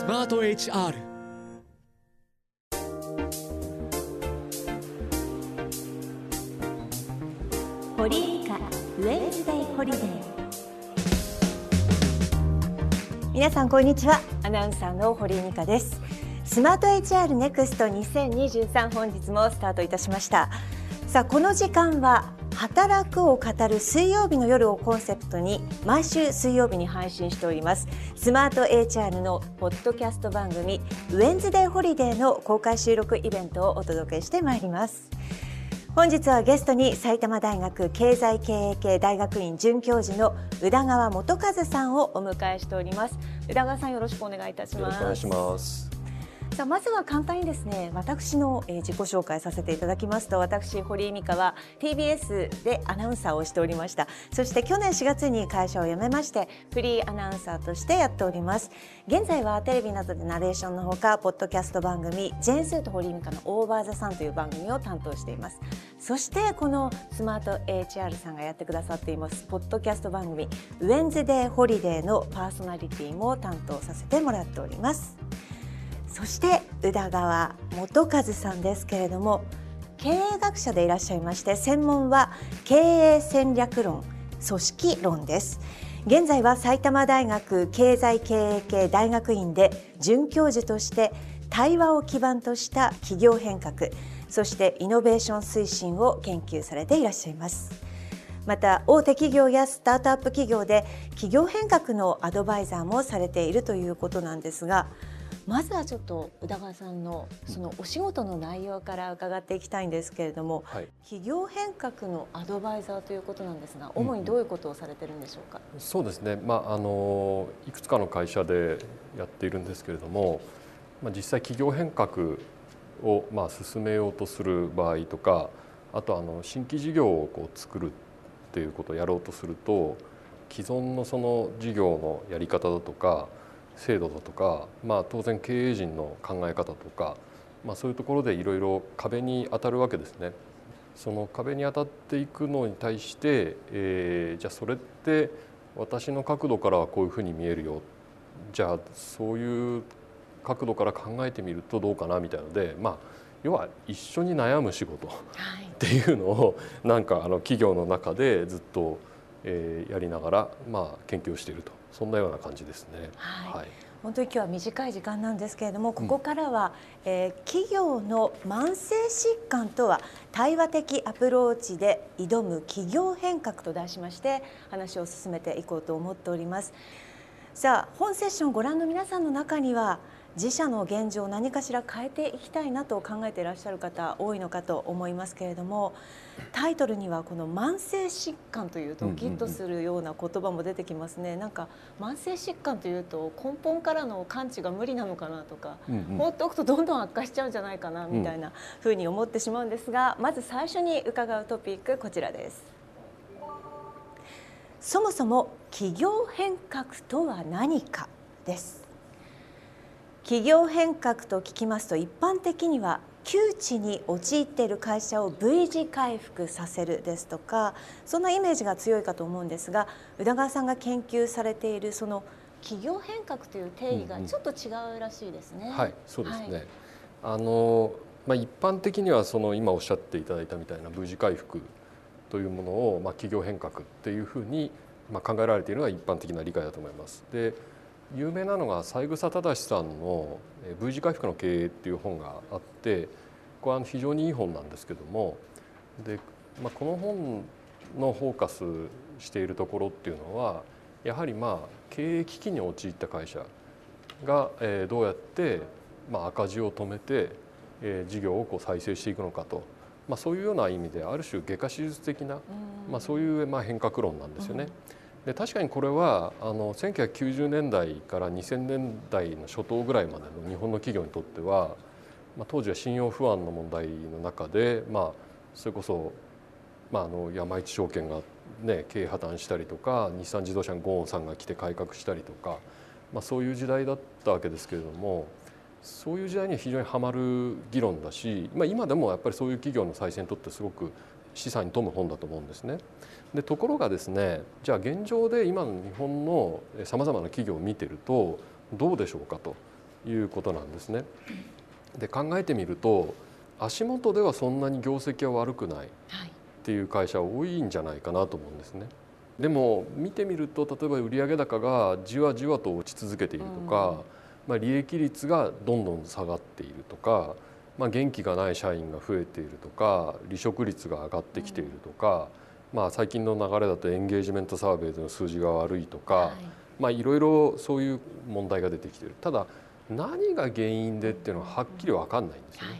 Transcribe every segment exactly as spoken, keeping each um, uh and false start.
スマート エイチアール。 堀井美香ウェンズデイホリデー。皆さんこんにちは。アナウンサーの堀井美香です。スマート エイチアール ネクストにせんにじゅうさん、本日もスタートいたしました。さあこの時間は働くを語る水曜日の夜をコンセプトに毎週水曜日に配信しておりますスマート エイチアール のポッドキャスト番組ウェンズデイホリデーの公開収録イベントをお届けしてまいります。本日はゲストに埼玉大学経済経営系大学院准教授の宇田川元和さんをお迎えしております。宇田川さん、よろしくお願いいたします。 よろしくお願いします。 さあまずは簡単にですね、私の、えー、自己紹介させていただきますと、私堀井美香は ティービーエス でアナウンサーをしておりました。そして去年しがつに会社を辞めましてフリーアナウンサーとしてやっております。現在はテレビなどでナレーションのほかポッドキャスト番組ジェーンスーと堀井美香のオーバーザさんという番組を担当しています。そしてこのスマート エイチアール さんがやってくださっていますポッドキャスト番組ウェンズデーホリデーのパーソナリティも担当させてもらっております。そして宇田川元和さんですけれども、経営学者でいらっしゃいまして、専門は経営戦略論、組織論です。現在は埼玉大学経済経営系大学院で准教授として対話を基盤とした企業変革、そしてイノベーション推進を研究されていらっしゃいます。また大手企業やスタートアップ企業で企業変革のアドバイザーもされているということなんですが、まずはちょっと宇田川さんのそのお仕事の内容から伺っていきたいんですけれども、はい、企業変革のアドバイザーということなんですが、主にどういうことをされてるんでしょうか。 うん、そうですね、まあ、あのいくつかの会社でやっているんですけれども、まあ、実際企業変革をまあ進めようとする場合とか、あとあの新規事業をこう作るっていうことをやろうとすると、既存のその事業のやり方だとか制度だとか、まあ、当然経営陣の考え方とか、まあ、そういうところでいろいろ壁に当たるわけですね。その壁に当たっていくのに対して、えー、じゃあそれって私の角度からはこういうふうに見えるよ、じゃあそういう角度から考えてみるとどうかなみたいなので、まあ、要は一緒に悩む仕事っていうのをなんかあの企業の中でずっとえー、やりながら、まあ、研究をしていると、そんなような感じですね。 はいはい、本当に今日は短い時間なんですけれども、ここからは、うんえー、企業の慢性疾患とは対話的アプローチで挑む企業変革と題しまして話を進めていこうと思っております。さあ本セッションをご覧の皆さんの中には自社の現状を何かしら変えていきたいなと考えていらっしゃる方多いのかと思いますけれども、タイトルにはこの慢性疾患というドキッとするような言葉も出てきますね。なんか慢性疾患というと根本からの完治が無理なのかなとか、うんうん、放っておくとどんどん悪化しちゃうんじゃないかなみたいなふうに思ってしまうんですが、まず最初に伺うトピックこちらです。そもそも企業変革とは何かです。企業変革と聞きますと一般的には窮地に陥っている会社を V 字回復させるですとか、そんなイメージが強いかと思うんですが、宇田川さんが研究されているその企業変革という定義がちょっと違うらしいですね。 うんうん、はい、そうですね。はい、あのまあ、一般的にはその今おっしゃっていただいたみたいな V 字回復というものを、まあ、企業変革っていうふうに、まあ、考えられているのが一般的な理解だと思います。で有名なのが三枝忠さんの V 字回復の経営っていう本があって、これは非常にいい本なんですけども、で、まあ、この本のフォーカスしているところっていうのはやはりまあ経営危機に陥った会社がどうやってまあ赤字を止めて事業をこう再生していくのかと、まあ、そういうような意味である種外科手術的な、まあ、そういうまあ変革論なんですよね。で確かにこれはあのせんきゅうひゃくきゅうじゅうねんだいからにせんねんだいの初頭ぐらいまでの日本の企業にとっては、まあ、当時は信用不安の問題の中で、まあ、それこそ、まあ、あの山一証券が、ね、経営破綻したりとか、日産自動車のゴーンさんが来て改革したりとか、まあ、そういう時代だったわけですけれども、そういう時代には非常にハマる議論だし、まあ、今でもやっぱりそういう企業の再生にとってすごく示唆に富む本だと思うんですね。でところがですね、じゃあ現状で今の日本のさまざまな企業を見てるとどうでしょうかということなんですね。で考えてみると足元ではそんなに業績は悪くないっていう会社多いんじゃないかなと思うんですね。でも見てみると例えば売上高がじわじわと落ち続けているとか、まあ、利益率がどんどん下がっているとか、まあ、元気がない社員が増えているとか離職率が上がってきているとか、まあ、最近の流れだとエンゲージメントサーベイでの数字が悪いとか、はい、まあいろいろそういう問題が出てきている。ただ何が原因でっていうのははっきり分かんないんですよね。はい、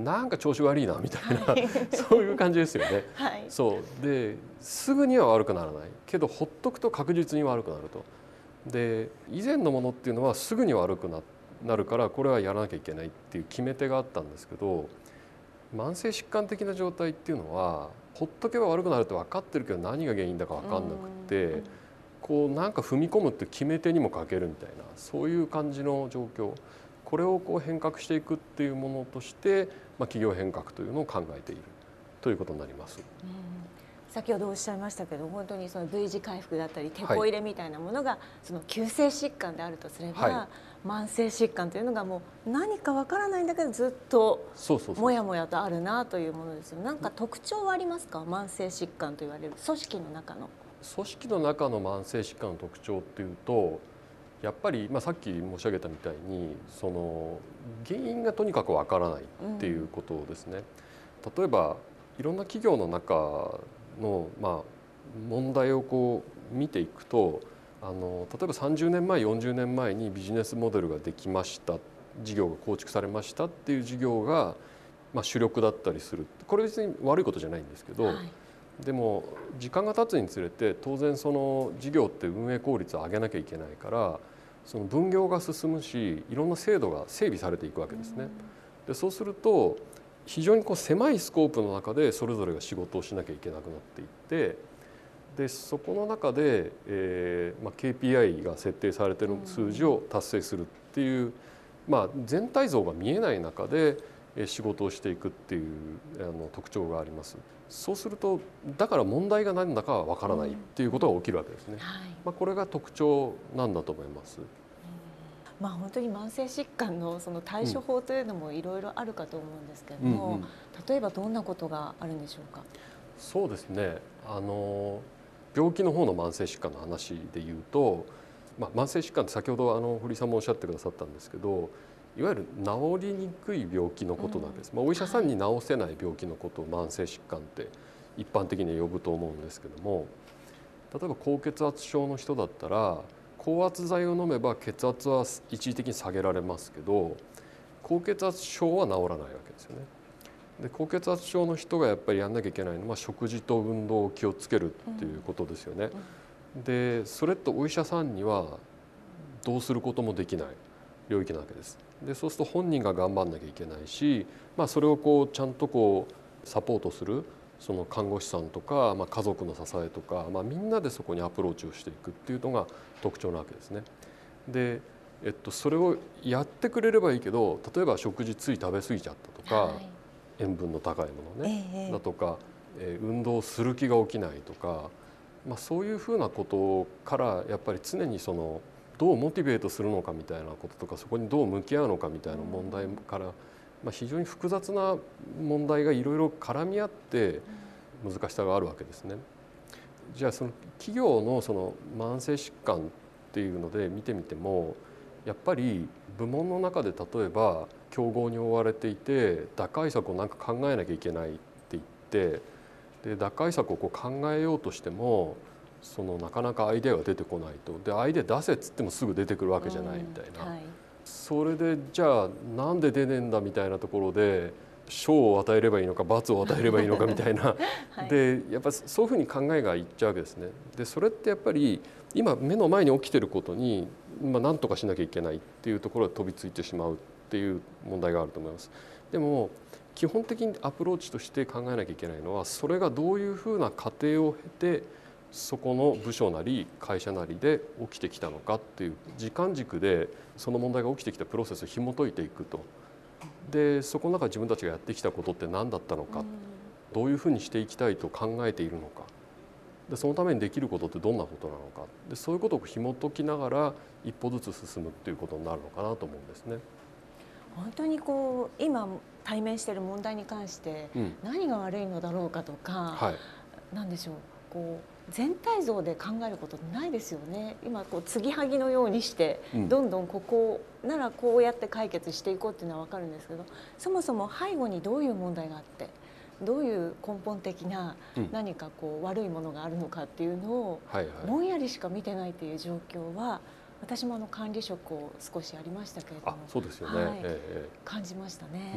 なんか調子悪いなみたいな、はい、そういう感じですよね。はい、そうですぐには悪くならないけどほっとくと確実に悪くなると。で以前のものっていうのはすぐに悪く な, なるからこれはやらなきゃいけないっていう決め手があったんですけど、慢性疾患的な状態っていうのはほっとけば悪くなるって分かってるけど何が原因だか分かんなくて、こうなんか踏み込むって決め手にも欠けるみたいなそういう感じの状況、これをこう変革していくっていうものとして、まあ、企業変革というのを考えているということになります。うん、 先ほどおっしゃいましたけど本当にその V 字回復だったりテコ入れみたいなものがその急性疾患であるとすれば、はい、慢性疾患というのがもう何かわからないんだけどずっともやもやとあるなというものですよ。なんか特徴はありますか？慢性疾患と言われる組織の中の。 組織の中の慢性疾患の特徴っていうとやっぱり、まあ、さっき申し上げたみたいにその原因がとにかくわからないっていうことですね。うん、例えばいろんな企業の中の、まあ、問題をこう見ていくとあの例えばさんじゅうねんまえよんじゅうねんまえにビジネスモデルができました事業が構築されましたっていう事業が、まあ、主力だったりする。これ別に悪いことじゃないんですけど、はい、でも時間が経つにつれて当然その事業って運営効率を上げなきゃいけないからその分業が進むしいろんな制度が整備されていくわけですね。でそうすると非常にこう狭いスコープの中でそれぞれが仕事をしなきゃいけなくなっていってでそこの中で、えーまあ、ケーピーアイ が設定されている数字を達成するっていう、まあ、全体像が見えない中で仕事をしていくっていうあの特徴があります。そうするとだから問題が何だかは分からないっていうことが起きるわけですね。はい、まあ、これが特徴なんだと思います。 まあ、本当に慢性疾患のその対処法というのもいろいろあるかと思うんですけれども、うんうん、例えばどんなことがあるんでしょうか？ そうですね、あの病気の方の慢性疾患の話でいうと、まあ、慢性疾患って先ほどあの堀さんもおっしゃってくださったんですけどいわゆる治りにくい病気のことなんです。うん、まあ、お医者さんに治せない病気のことを慢性疾患って一般的に呼ぶと思うんですけども、例えば高血圧症の人だったら高圧剤を飲めば血圧は一時的に下げられますけど高血圧症は治らないわけですよね。で高血圧症の人がやっぱりやんなきゃいけないのは食事と運動を気をつけるっていうことですよね。うん、でそれってお医者さんにはどうすることもできない領域なわけです。でそうすると本人が頑張んなきゃいけないし、まあ、それをこうちゃんとこうサポートするその看護師さんとか、まあ、家族の支えとか、まあ、みんなでそこにアプローチをしていくっていうのが特徴なわけですね。で、えっと、それをやってくれればいいけど例えば食事つい食べ過ぎちゃったとか、はい、塩分の高いものね、ええ、だとか、えー、運動する気が起きないとか、まあ、そういうふうなことからやっぱり常にそのどうモチベートするのかみたいなこととかそこにどう向き合うのかみたいな問題から、まあ、非常に複雑な問題がいろいろ絡み合って難しさがあるわけですね。じゃあその企業のその慢性疾患っていうので見てみてもやっぱり部門の中で例えば競合に追われていて打開策を何か考えなきゃいけないって言ってで打開策をこう考えようとしてもそのなかなかアイデアが出てこないと。でアイデア出せっつってもすぐ出てくるわけじゃないみたいな、うん、はい、それでじゃあなんで出ねえんだみたいなところで賞を与えればいいのか罰を与えればいいのかみたいな、はい、でやっぱりそういうふうに考えがいっちゃうわけですね。でそれってやっぱり今目の前に起きてることに、まあ、何とかしなきゃいけないっていうところで飛びついてしまうっていう問題があると思います。でも基本的にアプローチとして考えなきゃいけないのはそれがどういうふうな過程を経てそこの部署なり会社なりで起きてきたのかっていう時間軸でその問題が起きてきたプロセスを紐解いていくと。でそこの中で自分たちがやってきたことって何だったのか、どういうふうにしていきたいと考えているのかっでそのためにできることってどんなことなのか、でそういうことを紐解きながら一歩ずつ進むっていうことになるのかなと思うんですね。 本当にこう今対面している問題に関して何が悪いのだろうかとか、 はい、 なんでしょう、こう全体像で考えることないですよね。今こう継ぎはぎのようにして、うん、どんどんここならこうやって解決していこうっていうのは分かるんですけど、そもそも背後にどういう問題があってどういう根本的な何かこう悪いものがあるのかっていうのをぼんやりしか見てないっていう状況は、私もあの管理職を少しありましたけれども、 そうですよね、はい、ええ、 感じましたね。うん、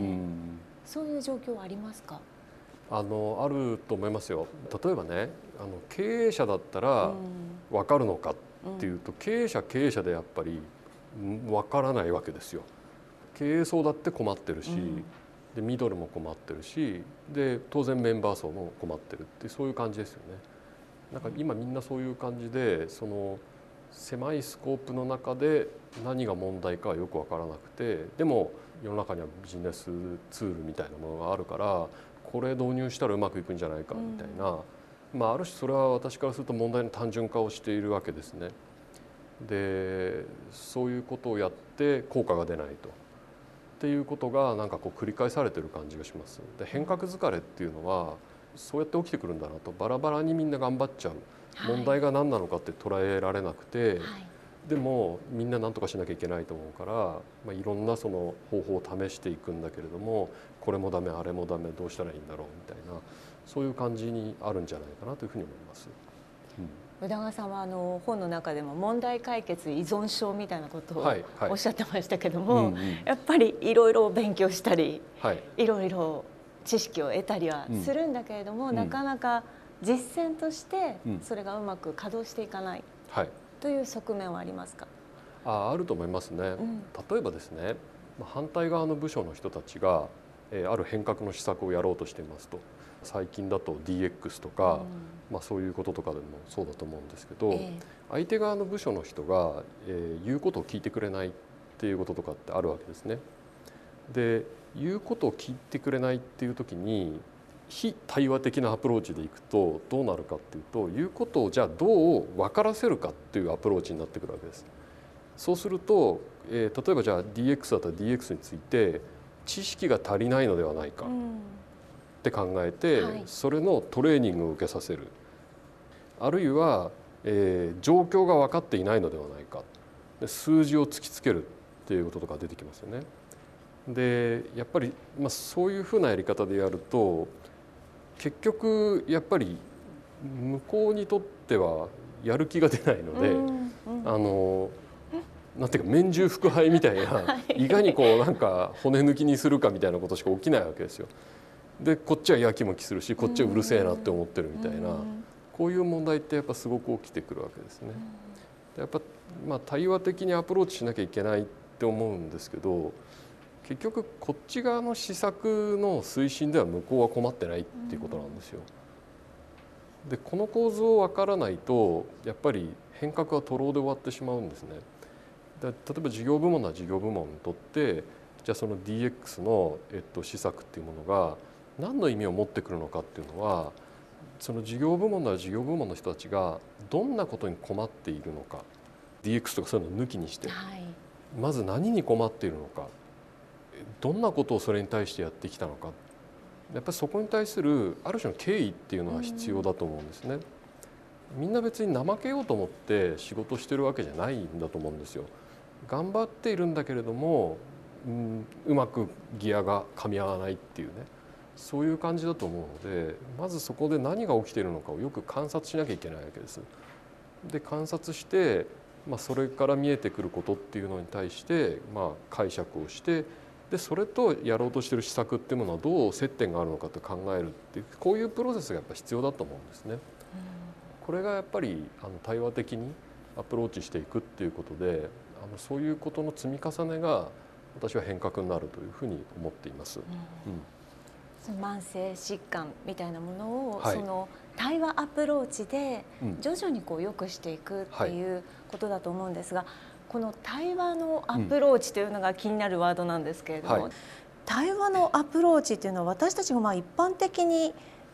そういう状況はありますか？ あのあると思いますよ。例えばね、あの経営者だったら分かるのかっていうと、うん、経営者経営者でやっぱり分からないわけですよ。経営層だって困ってるし、うん、でミドルも困ってるし、で当然メンバー層も困ってるってそういう感じですよね。なんか今みんなそういう感じで、その狭いスコープの中で何が問題かはよく分からなくて、でも世の中にはビジネスツールみたいなものがあるから、これ導入したらうまくいくんじゃないかみたいな、うん、まあある種それは私からすると問題の単純化をしているわけですね。でそういうことをやって効果が出ないとっていうことがなんかこう繰り返されてる感じがします。で変革疲れっていうのはそうやって起きてくるんだなと、バラバラにみんな頑張っちゃう、はい、問題が何なのかって捉えられなくて、はい、でもみんな何とかしなきゃいけないと思うから、まあ、いろんなその方法を試していくんだけれども、これもダメあれもダメどうしたらいいんだろうみたいな、そういう感じにあるんじゃないかなというふうに思います。 うん、宇田川さんはあの本の中でも問題解決依存症みたいなことをおっしゃってましたけども、やっぱりいろいろ勉強したり、はい、いろいろ知識を得たりはするんだけれども、うん、なかなか実践としてそれがうまく稼働していかない、はい、という側面はありますか？ あ、あると思いますね。うん、例えばですね、反対側の部署の人たちがある変革の施策をやろうとしていますと、最近だと ディーエックス とか、うん、まあそういうこととかでもそうだと思うんですけど、えー、相手側の部署の人が、えー、言うことを聞いてくれないっていうこととかってあるわけですね。で言うことを聞いてくれないっていう時に非対話的なアプローチでいくとどうなるかっていうと、言うことをじゃあどう分からせるかっていうアプローチになってくるわけです。そうすると、えー、例えばじゃあ ディーエックス だったら ディーエックス について知識が足りないのではないかって考えて、うん、はい、それのトレーニングを受けさせる、あるいは、えー、状況が分かっていないのではないか、で数字を突きつけるっていうこととか出てきますよね。でやっぱり、まあ、そういうふうなやり方でやると結局やっぱり向こうにとってはやる気が出ないので、うんうん、あのなんていうか面従腹背みたいな、はい、いかにこうなんか骨抜きにするかみたいなことしか起きないわけですよ。でこっちはやきもきするし、こっちはうるせえなって思ってるみたいな、こういう問題ってやっぱすごく起きてくるわけですね。やっぱ、まあ、対話的にアプローチしなきゃいけないって思うんですけど、結局こっち側の施策の推進では向こうは困ってないっていうことなんですよ。でこの構図を分からないとやっぱり変革は徒労で終わってしまうんですね。で例えば事業部門なら事業部門にとって、じゃあその ディーエックス の、えっと、施策っていうものが何の意味を持ってくるのかっていうのは、その事業部門なら事業部門の人たちがどんなことに困っているのか、 ディーエックス とかそういうのを抜きにして、はい、まず何に困っているのか、どんなことをそれに対してやってきたのか、やっぱりそこに対するある種の敬意っていうのが必要だと思うんですね。みんな別に怠けようと思って仕事してるわけじゃないんだと思うんですよ。頑張っているんだけれども、うん、うまくギアが噛み合わないっていうね、そういう感じだと思うので、まずそこで何が起きているのかをよく観察しなきゃいけないわけです。で観察して、まあ、それから見えてくることっていうのに対して、まあ、解釈をして、でそれとやろうとしている施策っていうものはどう接点があるのかと考えるっていう、こういうプロセスがやっぱ必要だと思うんですね。うん、これがやっぱりあの対話的にアプローチしていくっていうことで、あのそういうことの積み重ねが私は変革になるというふうに思っています。うん、 その慢性疾患みたいなものを、はい、その対話アプローチで徐々にこう良くしていくっていうことだと思うんですが、はい、この対話のアプローチというのが気になるワードなんですけれども、うん、はい、対話のアプローチというのは私たちがまあ一般的に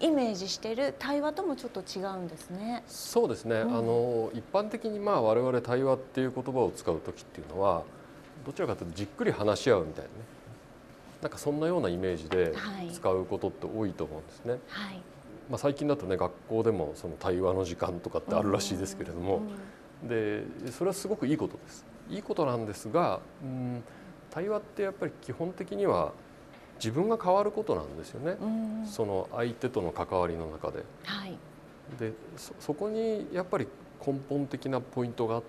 イメージしている対話ともちょっと違うんですね。 そうですね、うん、あの一般的にまあ我々対話っていう言葉を使う時っていうのはどちらかというとじっくり話し合うみたいなね、なんかそんなようなイメージで使うことって多いと思うんですね。はい、まあ、最近だとね学校でもその対話の時間とかってあるらしいですけれども、うん、でそれはすごくいいことです。いいことなんですが、うん、対話ってやっぱり基本的には自分が変わることなんですよね、うん、その相手との関わりの中で。はい、で そ, そこにやっぱり根本的なポイントがあって、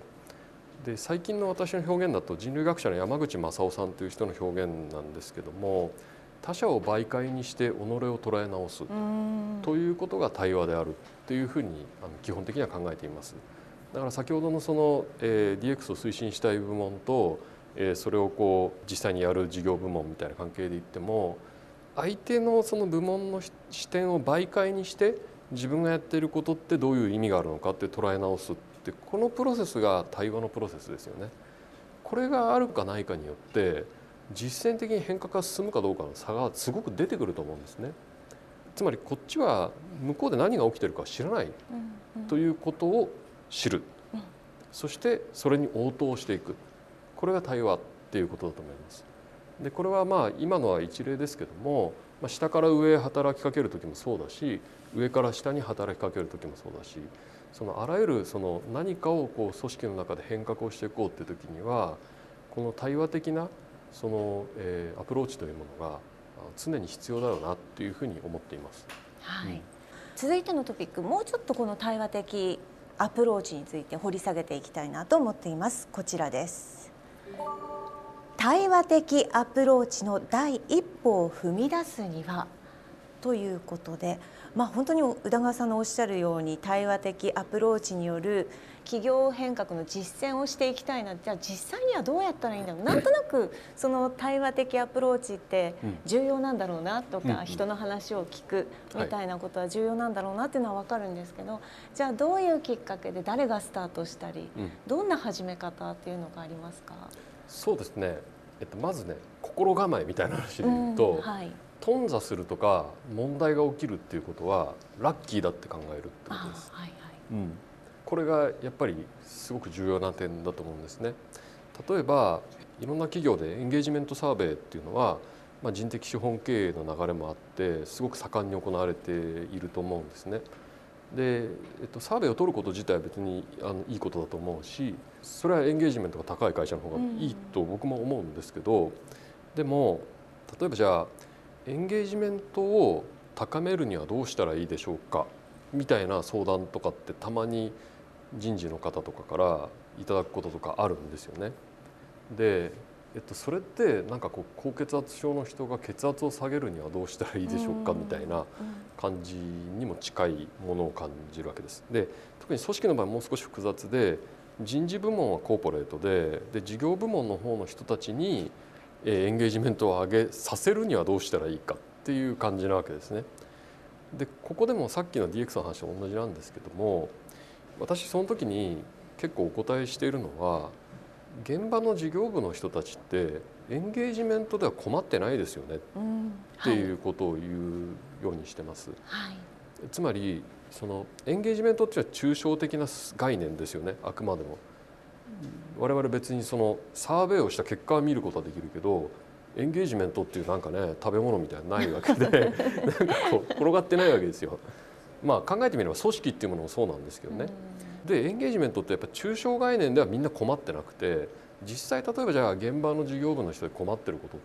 で最近の私の表現だと人類学者の山口正夫さんという人の表現なんですけども、他者を媒介にして己を捉え直すということが対話であるっていうふうにあの基本的には考えています。だから先ほどのその、えー、ディーエックス を推進したい部門とえー、それをこう実際にやる事業部門みたいな関係で言っても、相手のその部門の視点を媒介にして自分がやっていることってどういう意味があるのかって捉え直すって、このプロセスが対話のプロセスですよね。これがあるかないかによって実践的に変革が進むかどうかの差がすごく出てくると思うんですね。つまりこっちは向こうで何が起きているか知らないということを知る、そしてそれに応答していく、これが対話っていうことだと思います。でこれはまあ今のは一例ですけども、まあ、下から上へ働きかける時もそうだし、上から下に働きかける時もそうだし、そのあらゆるその何かをこう組織の中で変革をしていこうっていう時には、この対話的なその、えー、アプローチというものが常に必要だろうなっていうふうに思っています。 はい、うん、続いてのトピック、もうちょっとこの対話的アプローチについて掘り下げていきたいなと思っています。こちらです。対話的アプローチの第一歩を踏み出すにはということで、まあ、本当に宇田川さんのおっしゃるように対話的アプローチによる企業変革の実践をしていきたいな。じゃあ実際にはどうやったらいいんだろう、なんとなくその対話的アプローチって重要なんだろうなとか、人の話を聞くみたいなことは重要なんだろうなっていうのは分かるんですけど、じゃあどういうきっかけで誰がスタートしたり、どんな始め方っていうのがありますか？ そうですね、えっと、まずね、心構えみたいな話で言うと、うんはい、頓挫するとか問題が起きるっていうことはラッキーだって考えるってことです。はいはいうん、これがやっぱりすごく重要な点だと思うんですね。例えばいろんな企業でエンゲージメントサーベイっていうのは、まあ、人的資本経営の流れもあってすごく盛んに行われていると思うんですね。で、えっと、サーベイを取ること自体は別にあのいいことだと思うし、それはエンゲージメントが高い会社の方がいいと僕も思うんですけど、うん、でも例えばじゃあエンゲージメントを高めるにはどうしたらいいでしょうかみたいな相談とかってたまに人事の方とかからいただくこととかあるんですよね。でえっと、それってなんかこう高血圧症の人が血圧を下げるにはどうしたらいいでしょうかみたいな感じにも近いものを感じるわけです。で特に組織の場合もう少し複雑で、人事部門はコーポレートで、で事業部門の方の人たちにエンゲージメントを上げさせるにはどうしたらいいかっていう感じなわけですね。でここでもさっきの ディーエックス の話と同じなんですけども、私その時に結構お答えしているのは、現場の事業部の人たちってエンゲージメントでは困ってないですよねっていうことを言うようにしてます。はい、つまりそのエンゲージメントっていうのは抽象的な概念ですよね。あくまでも我々別にそのサーベイをした結果は見ることはできるけど、エンゲージメントっていうなんかね食べ物みたいなのないわけでなんかこう転がってないわけですよ。まあ考えてみれば組織っていうものもそうなんですけどね。でエンゲージメントってやっぱ抽象概念ではみんな困ってなくて、実際例えばじゃあ現場の事業部の人で困ってることって、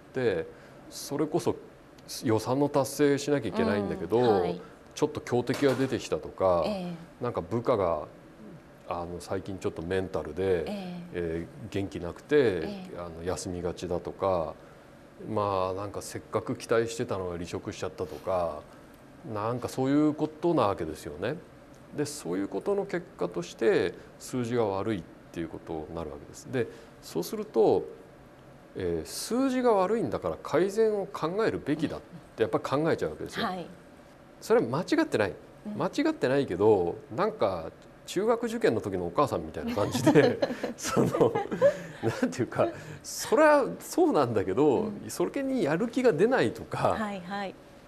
それこそ予算の達成しなきゃいけないんだけど、うんはい、ちょっと強敵が出てきたとか、えー、なんか部下があの最近ちょっとメンタルで、えーえー、元気なくて、えー、あの休みがちだとか、まあなんかせっかく期待してたのが離職しちゃったとか、なんかそういうことなわけですよね。でそういうことの結果として数字が悪いっていうことになるわけです。でそうすると、えー、数字が悪いんだから改善を考えるべきだってやっぱり考えちゃうわけですよ。はい、それは間違ってない間違ってないけど、なんか中学受験の時のお母さんみたいな感じでそのなんていうか、それはそうなんだけど、うん、それにやる気が出ないとか、はいはい、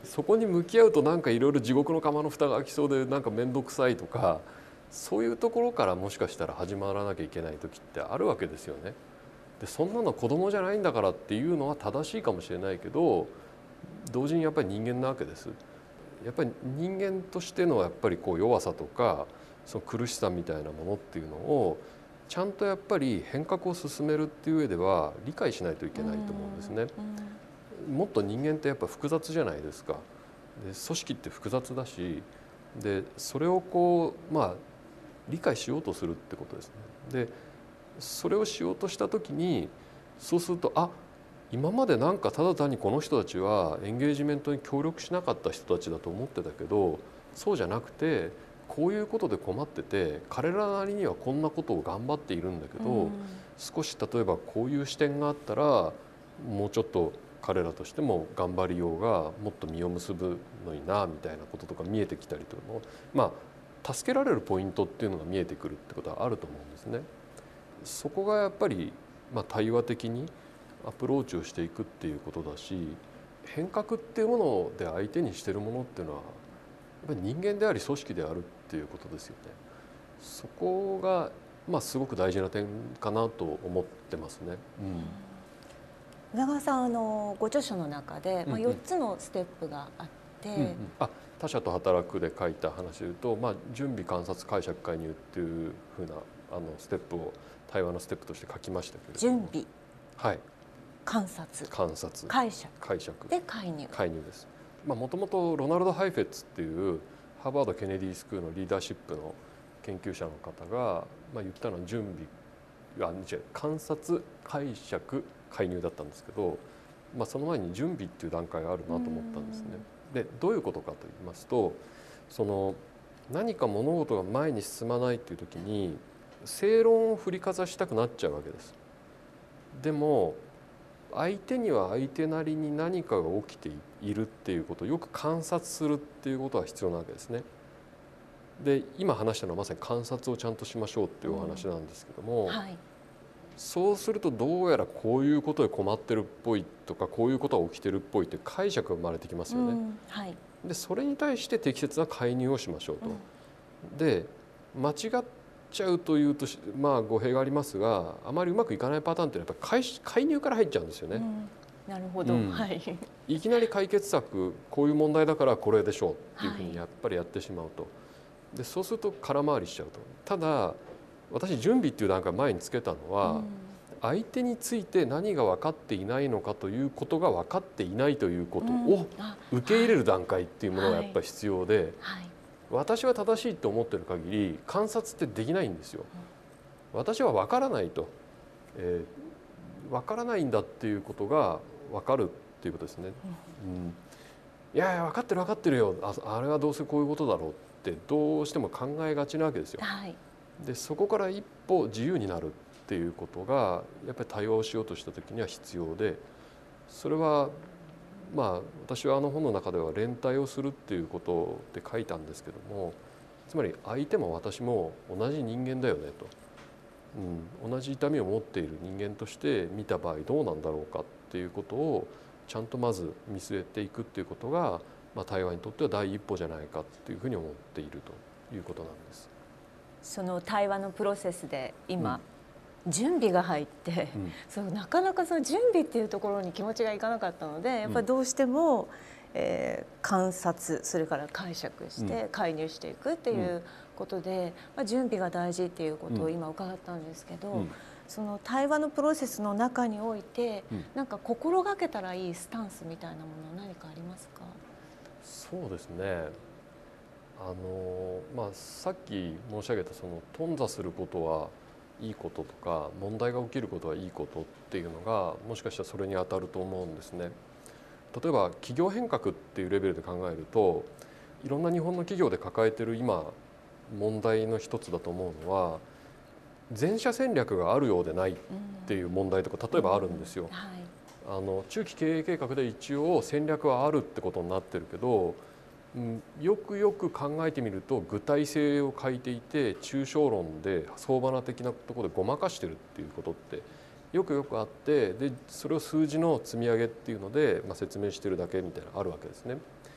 そこに向き合うとなんかいろいろ地獄の釜の蓋が開きそうでなんか面倒くさいとか、そういうところからもしかしたら始まらなきゃいけない時ってあるわけですよね。でそんなの子供じゃないんだからっていうのは正しいかもしれないけど、同時にやっぱり人間なわけです。やっぱり人間としてのやっぱりこう弱さとかその苦しさみたいなものっていうのをちゃんとやっぱり変革を進めるっていう上では理解しないといけないと思うんですね。もっと人間ってやっぱ複雑じゃないですか。で組織って複雑だし、でそれをこうまあ理解しようとするってことですね。でそれをしようとした時にそうするとあ今までなんかただ単にこの人たちはエンゲージメントに協力しなかった人たちだと思ってたけど、そうじゃなくてこういうことで困ってて彼らなりにはこんなことを頑張っているんだけど、うん、少し例えばこういう視点があったらもうちょっと彼らとしても頑張りようがもっと実を結ぶのになみたいなこととか見えてきたりとか、まあ助けられるポイントっていうのが見えてくるってことはあると思うんですね。そこがやっぱり、まあ、対話的にアプローチをしていくっていうことだし、変革っていうもので相手にしてるものっていうのはやっぱり人間であり組織であるっていうことですよね。そこが、まあ、すごく大事な点かなと思ってますね。 うん、宇田川さん、あのご著書の中で、まあ、よっつのステップがあって、うんうん、 あ他者と働くで書いた話でいうと、まあ、準備観察解釈介入っていうふうなあのステップを対話のステップとして書きましたけれども、 準備、 はい、 観察、 観察、 解釈、 解釈で介入、 介入です。もともとロナルド・ハイフェッツっていうハーバード・ケネディスクールのリーダーシップの研究者の方が、まあ、言ったのは準備あ違う観察、解釈、介入だったんですけど、まあ、その前に準備っていう段階があるなと思ったんですね。でどういうことかと言いますと、その何か物事が前に進まないっていう時に正論を振りかざしたくなっちゃうわけです。でも相手には相手なりに何かが起きているっていうことをよく観察するっていうことが必要なわけですね。で今話したのはまさに観察をちゃんとしましょうっていうお話なんですけども、うんはい、そうするとどうやらこういうことで困ってるっぽいとかこういうことが起きてるっぽいって解釈が生まれてきますよね。うんはい、でそれに対して適切な介入をしましょうと。うん、で間違っちゃうというとまあ語弊がありますが、あまりうまくいかないパターンってやっぱり介入から入っちゃうんですよね。 うん、なるほど、うんはい、 いきなり解決策こういう問題だからこれでしょうっていうふうにやっぱりやってしまうと、はい、でそうすると空回りしちゃうと。ただ私準備っていう段階前につけたのは、うん、相手について何が分かっていないのかということが分かっていないということを受け入れる段階っていうものがやっぱり必要で、はいはい私は正しいと思ってる限り観察ってできないんですよ。私は分からないと、えー、分からないんだっていうことが分かるっていうことですね。うん、いやいや分かってる分かってるよ あ, あれはどうせこういうことだろうってどうしても考えがちなわけですよ。はい、でそこから一歩自由になるっていうことがやっぱり対話をしようとした時には必要で、それはまあ、私はあの本の中では連帯をするっていうことで書いたんですけども、つまり相手も私も同じ人間だよねと、うん、同じ痛みを持っている人間として見た場合どうなんだろうかっていうことをちゃんとまず見据えていくっていうことが、まあ、対話にとっては第一歩じゃないかっていうふうに思っているということなんです。 その対話のプロセスで今、うん準備が入って、うん、そうなかなかその準備っていうところに気持ちがいかなかったのでやっぱりどうしても、うんえー、観察それから解釈して介入していくっていうことで、まあ、準備が大事っていうことを今伺ったんですけど、うん、その対話のプロセスの中において、うん、なんか心がけたらいいスタンスみたいなものは何かありますか？ そうですね、あの、まあ、さっき申し上げたその頓挫することはいいこととか問題が起きることはいいことっていうのがもしかしたらそれに当たると思うんですね。例えば企業変革っていうレベルで考えるといろんな日本の企業で抱えている今問題の一つだと思うのは全社戦略があるようでないっていう問題とか例えばあるんですよ。あの中期経営計画で一応戦略はあるってことになってるけどよくよく考えてみると具体性を欠いていて抽象論で相場な的なところでごまかしてるっていうことってよくよくあって、でそれを数字の積み上げっていうので、まあ、説明してるだけみたいなのあるわけですね。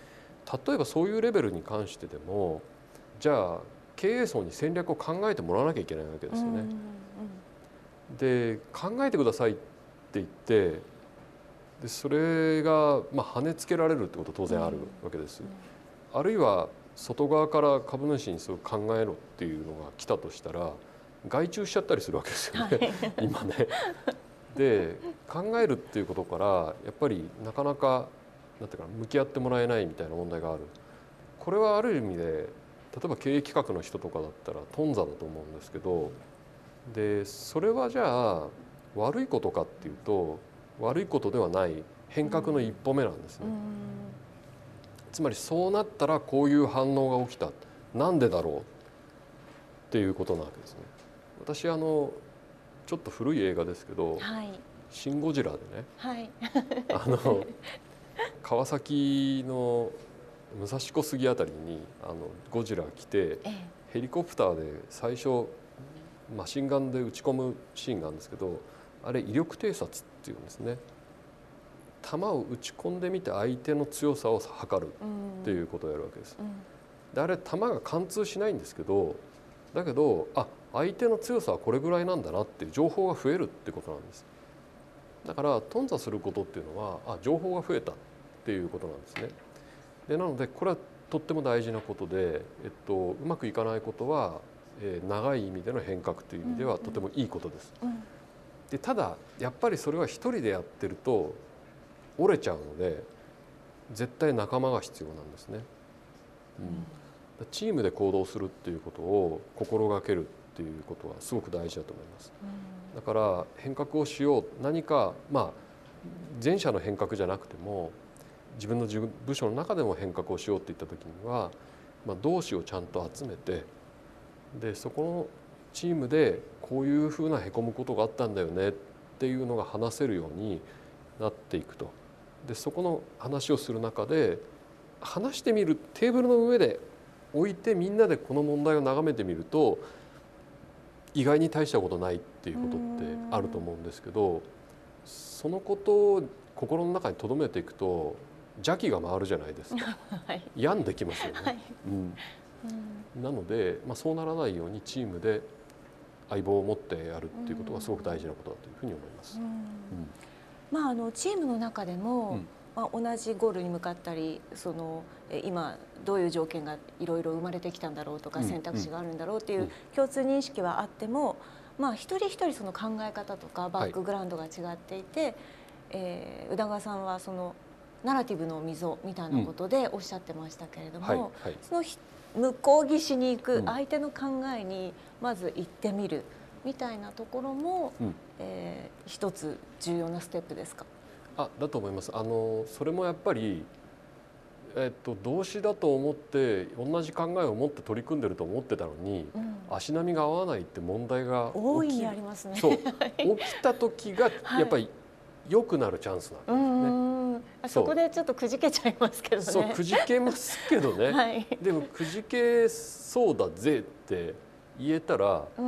例えばそういうレベルに関してでもじゃあ経営層に戦略を考えてもらわなきゃいけないわけですよね。で考えてくださいって言ってでそれがまあ跳ねつけられるってことは当然あるわけです。あるいは外側から株主にそう考えろっていうのが来たとしたら外注しちゃったりするわけですよね、はい、今ね。で考えるっていうことからやっぱりなかなかなんていうか向き合ってもらえないみたいな問題がある。これはある意味で例えば経営企画の人とかだったら頓挫だと思うんですけど、でそれはじゃあ悪いことかっていうと悪いことではない変革の一歩目なんですね。うん、つまりそうなったらこういう反応が起きた、なんでだろうっていうことなわけですね。私あのちょっと古い映画ですけど「はい、シン・ゴジラ」でね、はい、あの川崎の武蔵小杉あたりにあのゴジラが来て、ええ、ヘリコプターで最初マシンガンで撃ち込むシーンがあるんですけど、あれ威力偵察っていうんですね。弾を撃ち込んでみて相手の強さを測るっていうことをやるわけです。うん、であれ弾が貫通しないんですけど、だけどあ相手の強さはこれぐらいなんだなっていう情報が増えるってことなんです。だから頓挫することっていうのはあ情報が増えたっていうことなんですね。でなのでこれはとっても大事なことで、えっと、うまくいかないことは、えー、長い意味での変革という意味ではとてもいいことです。うんうん、でただやっぱりそれは一人でやってると折れちゃうので絶対仲間が必要なんですね。うん、チームで行動するっていうことを心がけるっていうことはすごく大事だと思います。うん、だから変革をしよう、何かまあ全社の変革じゃなくても自分の部署の中でも変革をしようっていった時には、まあ、同志をちゃんと集めてでそこのチームでこういうふうなへこむことがあったんだよねっていうのが話せるようになっていくと。でそこの話をする中で話してみる、テーブルの上で置いてみんなでこの問題を眺めてみると意外に大したことないっていうことってあると思うんですけど、そのことを心の中に留めていくと邪気が回るじゃないですか。はい、病んできますよね。はい、うんうん、なので、まあ、そうならないようにチームで相棒を持ってやるっていうことがすごく大事なことだというふうに思います。うんうんまあ、あのチームの中でも、うんまあ、同じゴールに向かったりその今どういう条件がいろいろ生まれてきたんだろうとか選択肢があるんだろうっていう共通認識はあっても、まあ、一人一人その考え方とかバックグラウンドが違っていて、はいえー、宇田川さんはそのナラティブの溝みたいなことでおっしゃってましたけれども、うんはいはい、その向こう岸に行く相手の考えにまず行ってみるみたいなところも、うんえー、一つ重要なステップですか？ あだと思います。あのそれもやっぱり、えっと、同志だと思って同じ考えを持って取り組んでると思ってたのに、うん、足並みが合わないって問題が大いにありますね。 そう起きた時がやっぱり良くなるチャンスなんですね。 はい、そこでちょっとくじけちゃいますけどね。 そうくじけますけどね、はい、でもくじけそうだぜって言えたら、うん、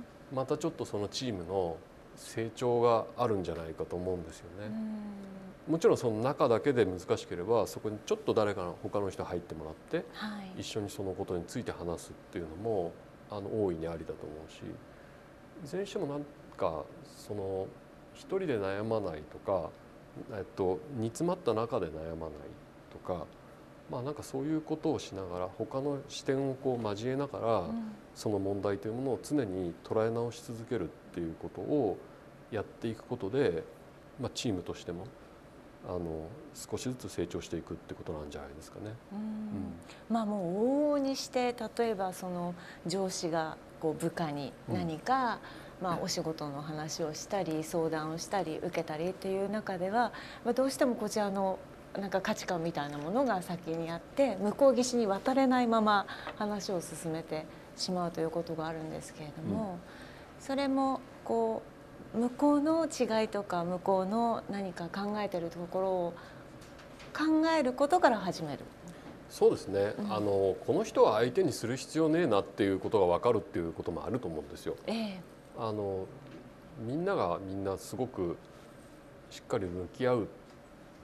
またちょっとそのチームの成長があるんじゃないかと思うんですよね。うん、もちろんその中だけで難しければそこにちょっと誰かの他の人入ってもらって、はい、一緒にそのことについて話すっていうのもあの大いにありだと思うし、いずれにしてもなんかその一人で悩まないとか、えっと、煮詰まった中で悩まないとか、まあ、なんかそういうことをしながら他の視点をこう交えながら、うん、その問題というものを常に捉え直し続けるっていうことをやっていくことで、まあ、チームとしてもあの少しずつ成長していくってことなんじゃないですかね。うん、うん、 まあもう往々にして例えばその上司がこう部下に何か、うんまあ、お仕事の話をしたり相談をしたり受けたりっていう中では、まあ、どうしてもこちらのなんか価値観みたいなものが先にあって向こう岸に渡れないまま話を進めてしまうということがあるんですけれども、うん、それもこう向こうの違いとか向こうの何か考えてるところを考えることから始める。 そうですね、うん、あのこの人は相手にする必要ねえなっていうことが分かるっていうこともあると思うんですよ。ええあのみんながみんなすごくしっかり向き合う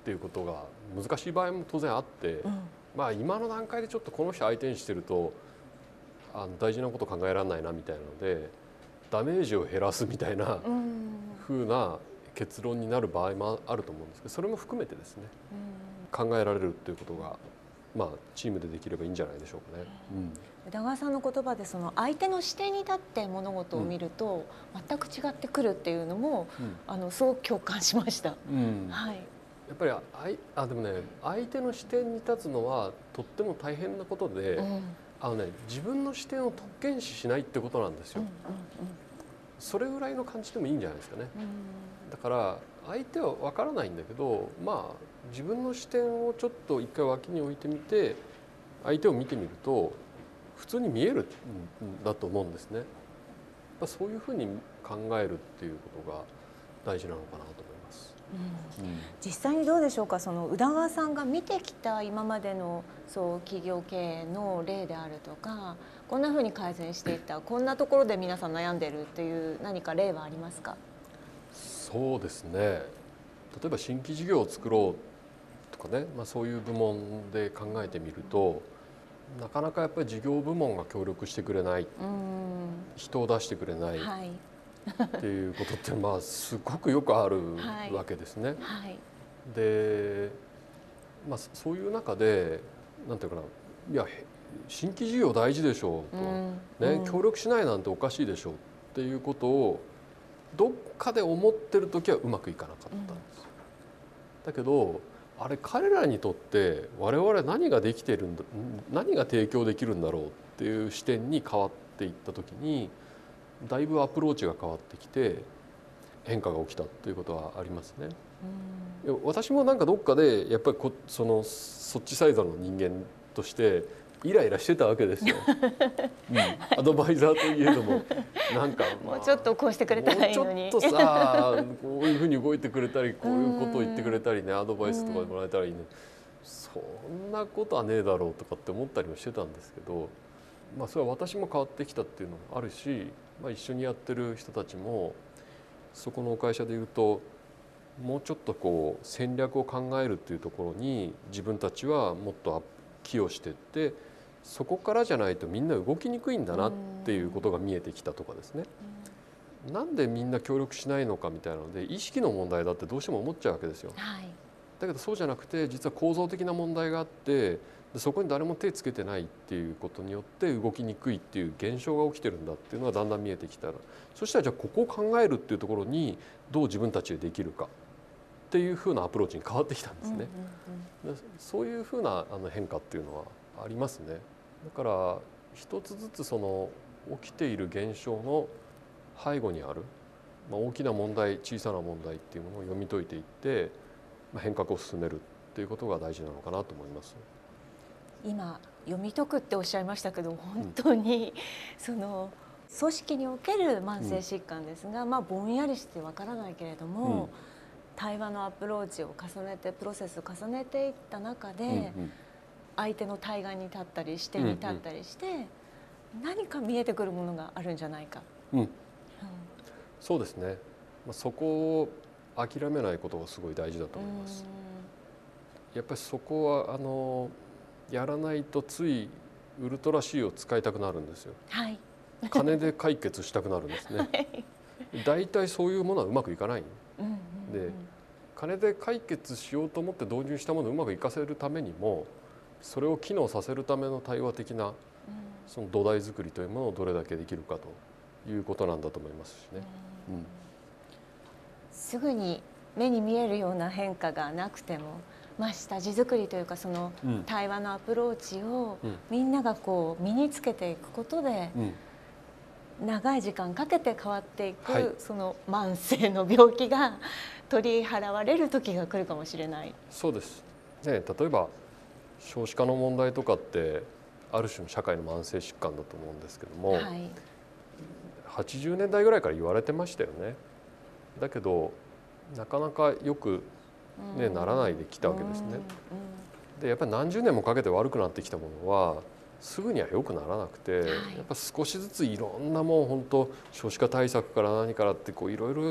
っていうことが難しい場合も当然あって、うん、まあ今の段階でちょっとこの人相手にしてるとあの大事なこと考えられないなみたいなのでダメージを減らすみたいな風な結論になる場合もあると思うんですけど、それも含めてですね、うん、考えられるっていうことが、まあ、チームでできればいいんじゃないでしょうかね。うん、 宇田川さんの言葉でその相手の視点に立って物事を見ると全く違ってくるっていうのも、うん、あのすごく共感しました。うん、はい、 やっぱりあいあでもね相手の視点に立つのはとっても大変なことで、うん、あのね自分の視点を特権視しないってことなんですよ。うんうんうん、それぐらいの感じでもいいんじゃないですかね。うん、だから相手は分からないんだけど、まあ自分の視点をちょっと一回脇に置いてみて相手を見てみると普通に見えるんだと思うんですね。そういうふうに考えるっていうことが大事なのかなと思います。 うんうん、実際にどうでしょうか、その宇田川さんが見てきた今までのそう企業経営の例であるとか、こんなふうに改善していった、こんなところで皆さん悩んでるっていう何か例はありますか？ そうですね、例えば新規事業を作ろうとかね、まあ、そういう部門で考えてみるとなかなかやっぱり事業部門が協力してくれない、人を出してくれない、はいっていうことってまあすごくよくあるわけですね。はいはい、で、まあ、そういう中でなんていうかな、いや新規事業大事でしょうと、うんね、うん、協力しないなんておかしいでしょうっていうことをどっかで思ってる時はうまくいかなかったんです。うん、だけどあれ彼らにとって我々何ができているんだ、何が提供できるんだろうっていう視点に変わっていった時にだいぶアプローチが変わってきて変化が起きたということはありますね。うん、私もなんかどっかでやっぱりこそのそっちサイドの人間としてイライラしてたわけですよ。うん、アドバイザーといえどもなんか、 まあ、もうちょっとこうしてくれたらいいのに、 もうちょっとさこういうふうに動いてくれたりこういうことを言ってくれたりね、アドバイスとかもらえたらいいね、そんなことはねえだろうとかって思ったりもしてたんですけど、まあ、それは私も変わってきたっていうのもあるし、まあ、一緒にやってる人たちもそこの会社でいうともうちょっとこう戦略を考えるっていうところに自分たちはもっと寄与していって、そこからじゃないとみんな動きにくいんだなっていうことが見えてきたとかですね。なんでみんな協力しないのかみたいなので意識の問題だってどうしても思っちゃうわけですよ。はい、だけどそうじゃなくて実は構造的な問題があってそこに誰も手つけてないっていうことによって動きにくいっていう現象が起きてるんだっていうのがだんだん見えてきたら、そしたらじゃあここを考えるっていうところにどう自分たちでできるかっていうふうなアプローチに変わってきたんですね。そういうふうなあの変化っていうのはありますね。だから一つずつその起きている現象の背後にある、まあ、大きな問題小さな問題っていうものを読み解いていって、まあ、変革を進めるっていうことが大事なのかなと思います。 今読み解くっておっしゃいましたけど本当に、うん、その組織における慢性疾患ですが、うん、まあぼんやりしてわからないけれども、うん、対話のアプローチを重ねてプロセスを重ねていった中で、うんうん、相手の対岸に立ったり視点に立ったりして、うんうん、何か見えてくるものがあるんじゃないか。うんうん、 そうですね、まあ、そこを諦めないことがすごい大事だと思います。やっぱりそこはあのやらないとついウルトラ C を使いたくなるんですよ。はい、金で解決したくなるんですね。はい、だいたいそういうものはうまくいかない。うんうんうん、で金で解決しようと思って導入したものをうまくいかせるためにもそれを機能させるための対話的なその土台作りというものをどれだけできるかということなんだと思いますしね。うん、 すぐに目に見えるような変化がなくても、まあ、下地作りというかその対話のアプローチをみんながこう身につけていくことで、長い時間かけて変わっていく、はい、その慢性の病気が取り払われる時が来るかもしれない。 そうです、ね、例えば少子化の問題とかってある種の社会の慢性疾患だと思うんですけども、はい、はちじゅうねんだいぐらいから言われてましたよね。だけどなかなかよく、ね、ならないできたわけですね。でやっぱり何十年もかけて悪くなってきたものはすぐには良くならなくて、はい、やっぱ少しずついろんなもう本当少子化対策から何からってこういろいろ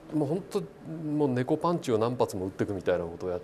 もう本当もう猫パンチを何発も打っていくみたいなことをやって、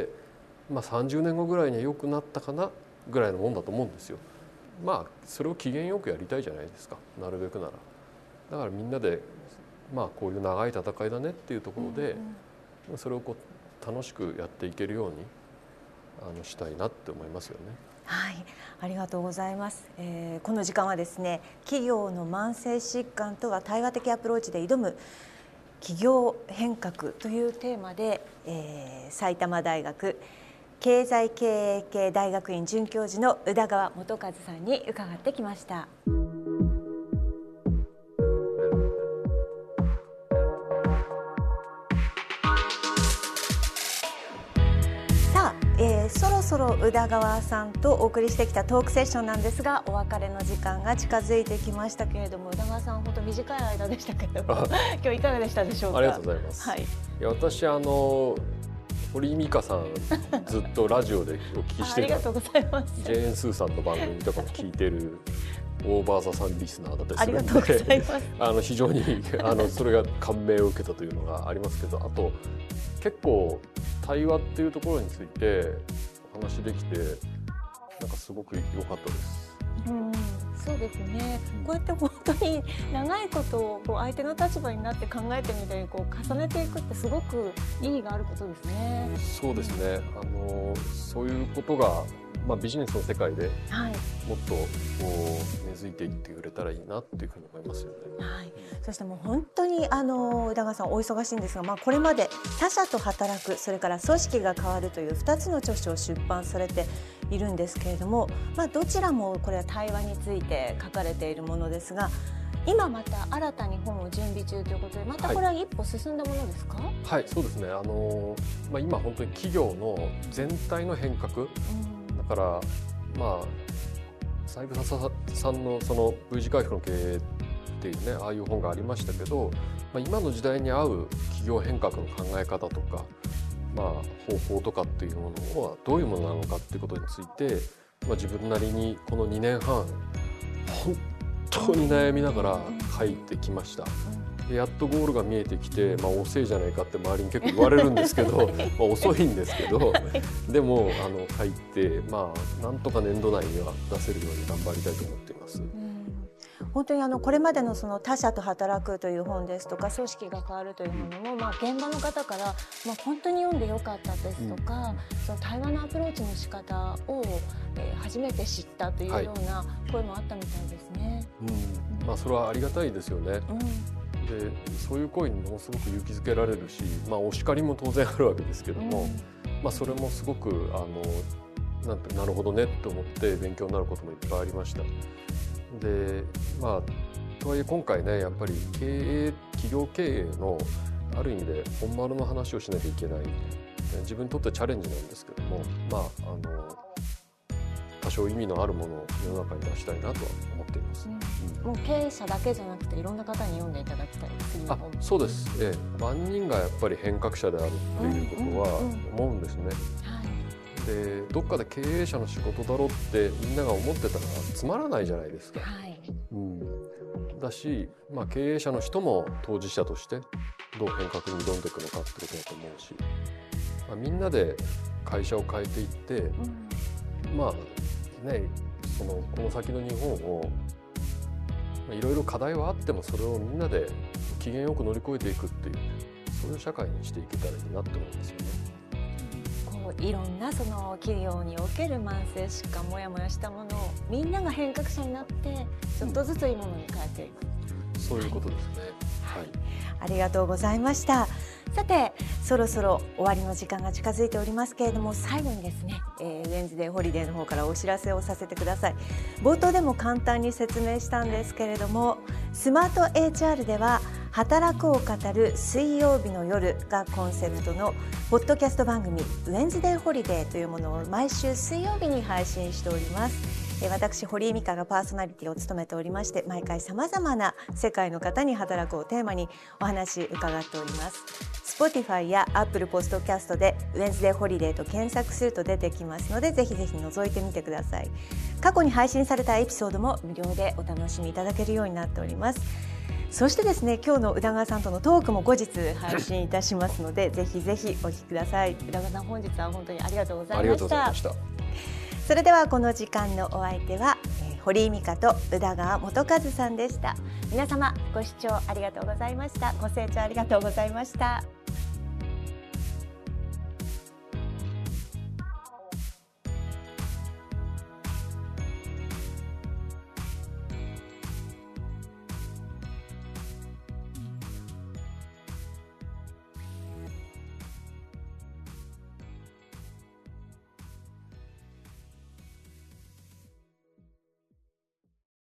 まあ、さんじゅうねんごぐらいには良くなったかなぐらいのもんだと思うんですよ。まあそれを機嫌よくやりたいじゃないですか、なるべくなら。だからみんなで、まあ、こういう長い戦いだねっていうところで、うんうん、それをこう楽しくやっていけるようにあのしたいなって思いますよね。 はい、ありがとうございます、えー、この時間はですね、企業の慢性疾患とは対話的アプローチで挑む企業変革というテーマで、えー、埼玉大学経済経営系大学院准教授の宇田川元和さんに伺ってきました。えー、そろそろ宇田川さんとお送りしてきたトークセッションなんですが、お別れの時間が近づいてきましたけれども、宇田川さん本当短い間でしたけれども今日いかがでしたでしょうか。 ありがとうございます、はい、いや私あの堀井美香さんずっとラジオでお聞きしてありがとうございます。 ジェーン・スーさんの番組とかも聞いてるオーバーザさんリスナーだったりするので、 ありがとうございますあの非常にあのそれが感銘を受けたというのがありますけど、あと結構対話っていうところについてお話できて、なんかすごく良かったです。 うん、そうですね。こうやって本当に長いことをこう相手の立場になって考えてみたりこう重ねていくってすごく意義があることですね。 そうですね。あのそういうことが、まあ、ビジネスの世界でもっとこう根付いていってくれたらいいなっていうふうに思いますよね。 はい、そしてもう本当にあの宇田川さんお忙しいんですが、まあ、これまで他者と働く、それから組織が変わるというふたつの著書を出版されているんですけれども、まあ、どちらもこれは対話について書かれているものですが、今また新たに本を準備中ということで、またこれは一歩進んだものですか。 はい、はい、そうですね。あの、まあ、今本当に企業の全体の変革、うん、だからまあ三枝さんのその V 字回復の経営っていうね、ああいう本がありましたけど、まあ、今の時代に合う企業変革の考え方とか、まあ、方法とかっていうものはどういうものなのかっていうことについて、まあ、自分なりにこのにねんはん本当に悩みながら書いてきました。でやっとゴールが見えてきて、まあ、遅いじゃないかって周りに結構言われるんですけどまあ遅いんですけどでもあの書いて、まあ、なんとか年度内には出せるように頑張りたいと思っています。 本当にあのこれまでのその他者と働くという本ですとか、組織が変わるというものも、まあ現場の方から、まあ、本当に読んでよかったですとか、うん、その対話のアプローチの仕方を、えー、初めて知ったというような声もあったみたいですね。 はい、うん、まあ、それはありがたいですよね。うん、でそういう声にものすごく勇気づけられるし、まあ、お叱りも当然あるわけですけども、うん、まあ、それもすごくあのなんてなるほどねと思って勉強になることもいっぱいありました。でまあ、とはいえ今回ね、やっぱり経営企業経営のある意味で本丸の話をしなきゃいけない、自分にとってチャレンジなんですけども、まあ、あの多少意味のあるものを世の中に出したいなとは思っています。 うん、もう経営者だけじゃなくていろんな方に読んでいただきたいです。 あ、そうです、ええ、万人がやっぱり変革者であるっていうことは思うんですね。うんうんうん、はい、でどっかで経営者の仕事だろうってみんなが思ってたらつまらないじゃないですか。はい、うん、だし、まあ、経営者の人も当事者としてどう変革に挑んでいくのかってことだと思うし、まあ、みんなで会社を変えていって、うん、まあね、そのこの先の日本をいろいろ課題はあってもそれをみんなで機嫌よく乗り越えていくっていう、そういう社会にしていけたらいいなって思いますよね。 いろんなその企業における慢性疾患、もやもやしたものをみんなが変革者になってちょっとずついいものに変えていく、 うん、そういうことですね。はい、はい、 ありがとうございました。さてそろそろ終わりの時間が近づいておりますけれども、最後にですね、えー、ウェンズデーホリデーの方からお知らせをさせてください。冒頭でも簡単に説明したんですけれども、スマート エイチアール では働くを語る水曜日の夜がコンセプトのポッドキャスト番組ウェンズデーホリデーというものを毎週水曜日に配信しております。私堀井美香がパーソナリティを務めておりまして、毎回さまざまな世界の方に働くをテーマにお話伺っております。 Spotify や Apple Podcast でウェンズデーホリデーと検索すると出てきますので、ぜひぜひ覗いてみてください。過去に配信されたエピソードも無料でお楽しみいただけるようになっております。 そしてですね、今日の宇田川さんとのトークも後日配信いたしますのでぜひぜひお聞きください。宇田川さん、本日は本当にありがとうございました。 ありがとうございました。 それではこの時間のお相手は、えー、堀井美香と宇田川元和さんでした。皆様ご視聴ありがとうございました。ご清聴ありがとうございました。